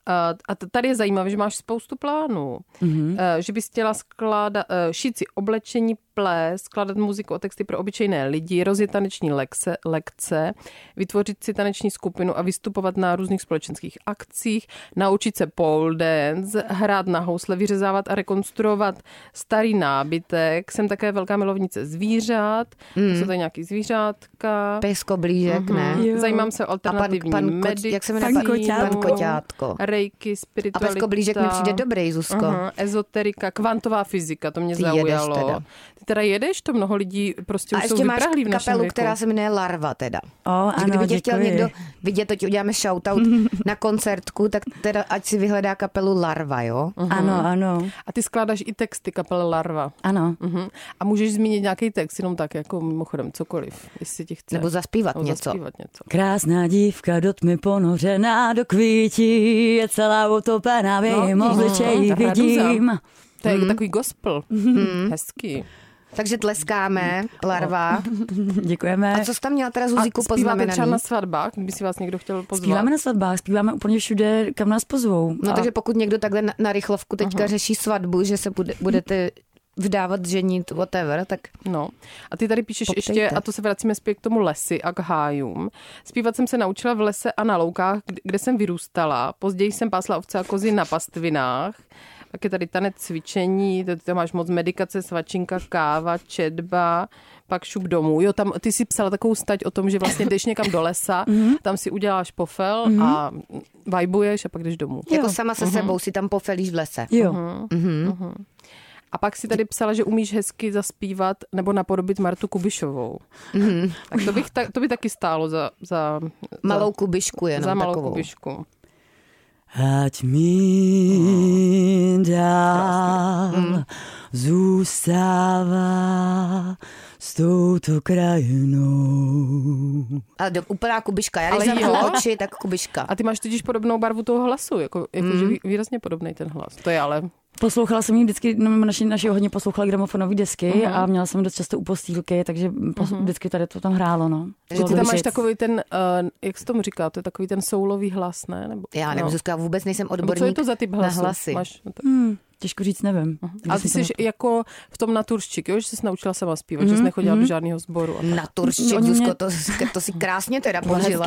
S3: A tady je zajímavé, že máš spoustu plánů. Mm-hmm. Že bys chtěla skládat, šít si oblečení, plést, skládat muziku a texty pro obyčejné lidi, rozjet taneční lekce, lekce, vytvořit si taneční skupinu a vystupovat na různých společenských akcích, naučit se pole dance, hrát na housle, vyřezávat a rekonstruovat starý nábytek. Jsem také velká milovnice zvířat. Mm. Jsou tady nějaký zvířátka.
S1: Peskoblížek, mm-hmm. ne?
S3: Jo. Zajímám se o alternativní
S1: pan, pan
S3: medicínu.
S1: Jak se jmenuje? Pan koťátko. Pan koťátko.
S3: Rejky, spiritualita.
S1: A peskoblížek mi přijde dobrý, Zuzko. Uh-huh.
S3: Ezoterika, kvantová fyzika, to mě
S1: Ty
S3: zaujalo.
S1: Teda.
S3: Ty teda jedeš, to mnoho lidí prostě
S1: a
S3: už jsou vyprahlí v našem
S1: kapelu,
S3: věku.
S1: která se jmenuje Larva teda.
S4: O, ano,
S1: kdyby tě
S4: děkuji.
S1: chtěl někdo vidět, to ti uděláme shoutout na koncertku, tak teda ať si vyhledá kapelu Larva, jo?
S4: Uh-huh. Ano, ano.
S3: A ty skládáš i texty kapely Larva.
S4: Ano.
S3: Uh-huh. A můžeš zmínit nějaký text, jenom tak, jako mimochodem cokoliv, jestli ti chce.
S1: Nebo zaspívat
S3: Nebo
S1: něco.
S3: Zaspívat něco.
S4: Krásná dívka do tmy ponořená do kvítí, je celá utopená v jejím obličeji vidím.
S3: To je mm. takový gospel. Mm. Hezký.
S1: Takže tleskáme, Larva.
S4: Děkujeme.
S1: A co jsi tam měla teda Zuzíku poznamenaný?
S3: A zpíváte třeba na svatbách, kdyby si vás někdo chtěl pozvat?
S4: Zpíváme na svatbách, zpíváme úplně všude, kam nás pozvou.
S1: No
S4: a...
S1: takže pokud někdo takhle na, na rychlovku teďka uh-huh. řeší svatbu, že se bude, budete vdávat, ženit, whatever, tak...
S3: No. A ty tady píšeš
S1: poptejte.
S3: ještě, a to se vracíme zpět k tomu lesi a k hájům. Zpívat jsem se naučila v lese a na loukách, kde jsem vyrůstala. Později jsem pásla ovce a kozy na pastvinách. Pak je tady tanec, cvičení, to, to máš moc medikace, svačinka, káva, četba, pak šup domů. Jo, tam ty si psala takovou stať o tom, že vlastně jdeš někam do lesa, mm-hmm. tam si uděláš pofel mm-hmm. a vibuješ a pak jdeš domů.
S1: Jako sama se mm-hmm. sebou si tam pofelíš v lese.
S4: Jo.
S3: Mm-hmm. Mm-hmm. A pak si tady psala, že umíš hezky zaspívat nebo napodobit Martu Kubišovou. Mm-hmm. Tak to, bych, ta, to by taky stálo za... za
S1: malou
S3: za,
S1: Kubišku jenom
S3: Za malou
S1: takovou.
S3: Kubišku.
S4: Ať mi dál mm. zůstává s touto krajinou.
S1: Ale do, úplná Kubiška. Já když
S3: Ale
S1: zavřu
S3: jo.
S1: oči, tak Kubiška.
S3: A ty máš totiž podobnou barvu toho hlasu, jako, jako mm. že výrazně podobný ten hlas. To je ale...
S4: Poslouchala jsem jí vždycky, no, naši, naši hodně poslouchali gramofonové desky uh-huh. a měla jsem dost často u postýlky, takže uh-huh. vždycky tady to tam hrálo, no.
S3: Že ty tam máš takový ten, uh, jak se tomu říká, to je takový ten soulový hlas, ne? Nebo,
S1: já nevím,
S3: no.
S1: Zuzka, vůbec nejsem odborník
S3: co je to za typ hlasu?
S1: Na hlasy.
S3: Máš,
S4: hmm, těžko říct, nevím.
S3: Uh-huh. Ale ty jsi to... jako v tom naturščik, jo? Že jsi naučila sama zpívat, uh-huh. že jsi nechodila uh-huh. do žádného sboru.
S1: Naturščik,
S4: no,
S1: Zuzko,
S4: mě...
S1: to, to si krásně teda požila.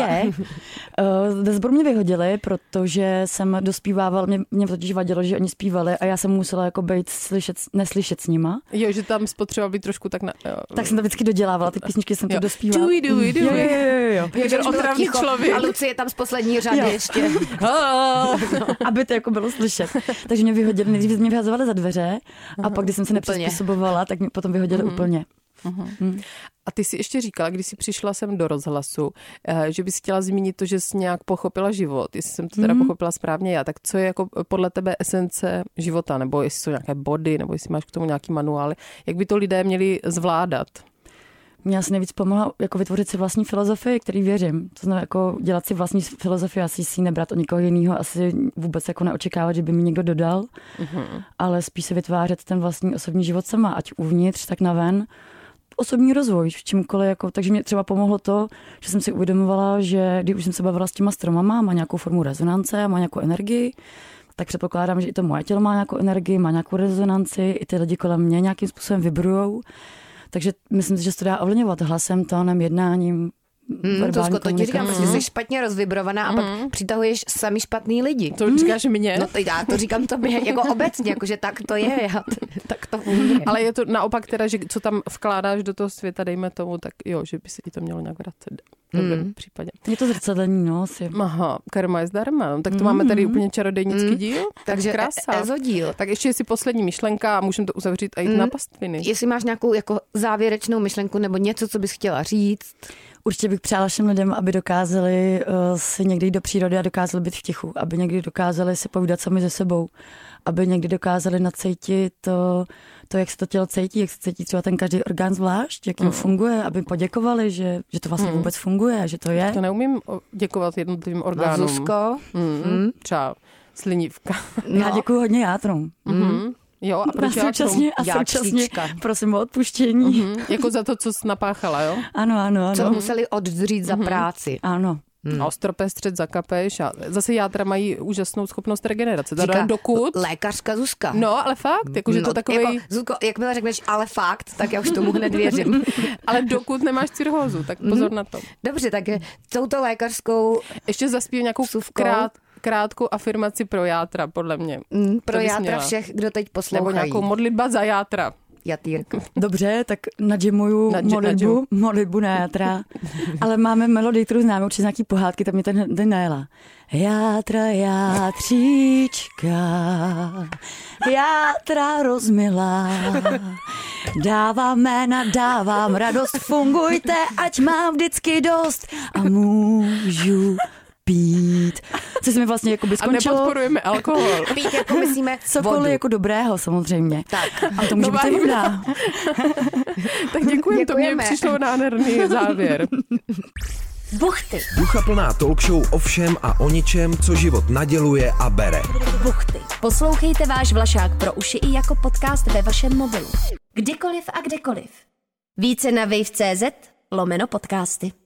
S4: Ze sboru mě vyhodili, protože jsem dospívávala, mě, mě totiž vadilo, že oni zpívali a já jsem musela jako být slyšet, neslyšet s nima.
S3: Jo, že tam spotřeba být trošku tak na... Jo.
S4: Tak jsem to vždycky dodělávala, ty písničky jsem
S3: jo.
S4: to dospívala.
S3: Duj, duj, duj.
S4: Jo, jo, jo, jo.
S3: Je ten otravný člověk.
S1: A Lucie je tam z poslední řady jo. ještě.
S4: Aby to jako bylo slyšet. Takže mě vyhodili, nejdřív mě vyhazovali za dveře a pak, když jsem se nepřizpůsobovala, tak mě potom vyhodili uh-huh. úplně.
S3: Uh-huh. Hmm. A ty jsi ještě říkala, když jsi přišla sem do rozhlasu, že bys chtěla zmínit to, že jsi nějak pochopila život, jestli jsem to teda mm. pochopila správně já, tak co je jako podle tebe esence života, nebo jestli jsou nějaké body, nebo jestli máš k tomu nějaký manuály, jak by to lidé měli zvládat?
S4: Mě asi nejvíc pomohla jako vytvořit si vlastní filozofii, který věřím. To znamená jako dělat si vlastní filozofii, asi si ji nebrat od někoho jiného, asi vůbec jako neočekávat, že by mi někdo dodal, mm-hmm. ale spíš se vytvářet ten vlastní osobní život sama, ať uvnitř, tak naven. Osobní rozvoj, v čímkoliv, jako, takže mě třeba pomohlo to, že jsem si uvědomovala, že když už jsem se bavila s těma stromama, má nějakou formu rezonance, má nějakou energii, tak předpokládám, že i to moje tělo má nějakou energii, má nějakou rezonanci, i ty lidi kolem mě nějakým způsobem vibrujou. Takže myslím si, že se to dá ovlivňovat hlasem, tónem, jednáním,
S1: Mm, Tuzko, to ti říkám, protože jsi špatně rozvibrovaná mm. a pak přitahuješ sami špatný lidi.
S3: To mm. říkáš mě?
S1: No to já to říkám tobě jako obecně, jakože tak to je, já, tak to funguje.
S3: Ale je to naopak teda, že co tam vkládáš do toho světa, dejme tomu, tak jo, že by se ti to mělo nějak vracet. V dobrém mm. případě.
S4: Je to zrcadlení, no asi.
S3: Aha, karma je zdarma. Tak to mm. máme tady úplně čarodejnický mm. díl.
S1: Takže
S3: krása.
S1: ezodíl.
S3: Tak ještě si poslední myšlenka a můžeme to uzavřít a jít mm. na pastviny.
S1: Jestli máš nějakou jako závěrečnou myšlenku nebo něco, co bys chtěla říct.
S4: Určitě bych přála všem lidem, aby dokázali uh, si někdy jít do přírody a dokázali být v tichu, aby někdy dokázali si povídat sami se sebou, aby někdy dokázali nacítit to, to, jak se to tělo cítí, jak se cítí třeba ten každý orgán zvlášť, jak jim mm. funguje, aby poděkovali, že, že to vlastně mm. vůbec funguje, že to je.
S3: To neumím děkovat jednotlivým orgánům.
S1: Zuzko.
S3: Mm. Mm. Třeba slinivka.
S4: No. Já děkuju hodně játrům.
S3: Mm. Jo, a proč
S4: a současně, a současně prosím o odpuštění.
S3: Mm-hmm. Jako za to, co jsi napáchala, jo?
S4: Ano, ano, ano.
S1: Co museli oddřít za
S3: mm-hmm.
S1: práci.
S4: Ano.
S3: Hmm. A ostropestřet zakapeš a zase játra mají úžasnou schopnost regenerace. Teda
S1: Říká
S3: dokud...
S1: lékařka Zuzka.
S3: No, ale fakt, jakože
S1: no,
S3: to takový...
S1: Jako, Zuzko, jakmile řekneš ale fakt, tak já už tomu hned věřím.
S3: Ale dokud nemáš cirhózu, tak pozor mm. na to.
S1: Dobře, tak touto lékařskou...
S3: Ještě zaspív nějakou krát, krátkou afirmaci pro játra, podle mě.
S1: Mm, pro játra měla. Všech, kdo teď poslouchají.
S3: Nebo nějakou modlitba za játra.
S1: Jatýrka.
S4: Dobře, tak nadžimuju
S3: Nadži,
S4: modlitbu, modlitbu na játra, ale máme melodii, kterou známe určitě z nějaký pohádky, tam mě ten den najela. Játra, játříčka, játra rozmilá, dávám jména, dávám radost, fungujte, ať mám vždycky dost a můžu pít. Co se mi vlastně jako by skončilo.
S3: A nepodporujeme alkohol.
S1: Pít jako myslíme
S4: cokoliv
S1: vodu.
S4: jako dobrého samozřejmě.
S1: Tak.
S4: A to může
S3: no,
S4: být voda.
S3: Tak děkujem, to mě přišlo nádherný závěr.
S5: Buchty.
S2: Ducha plná talk show o všem a o ničem, co život naděluje a bere.
S5: Buchty. Poslouchejte váš Vlašák pro uši i jako podcast ve vašem mobilu. Kdykoliv a kdekoliv. Více na wave tečka cé zet lomeno podcasty.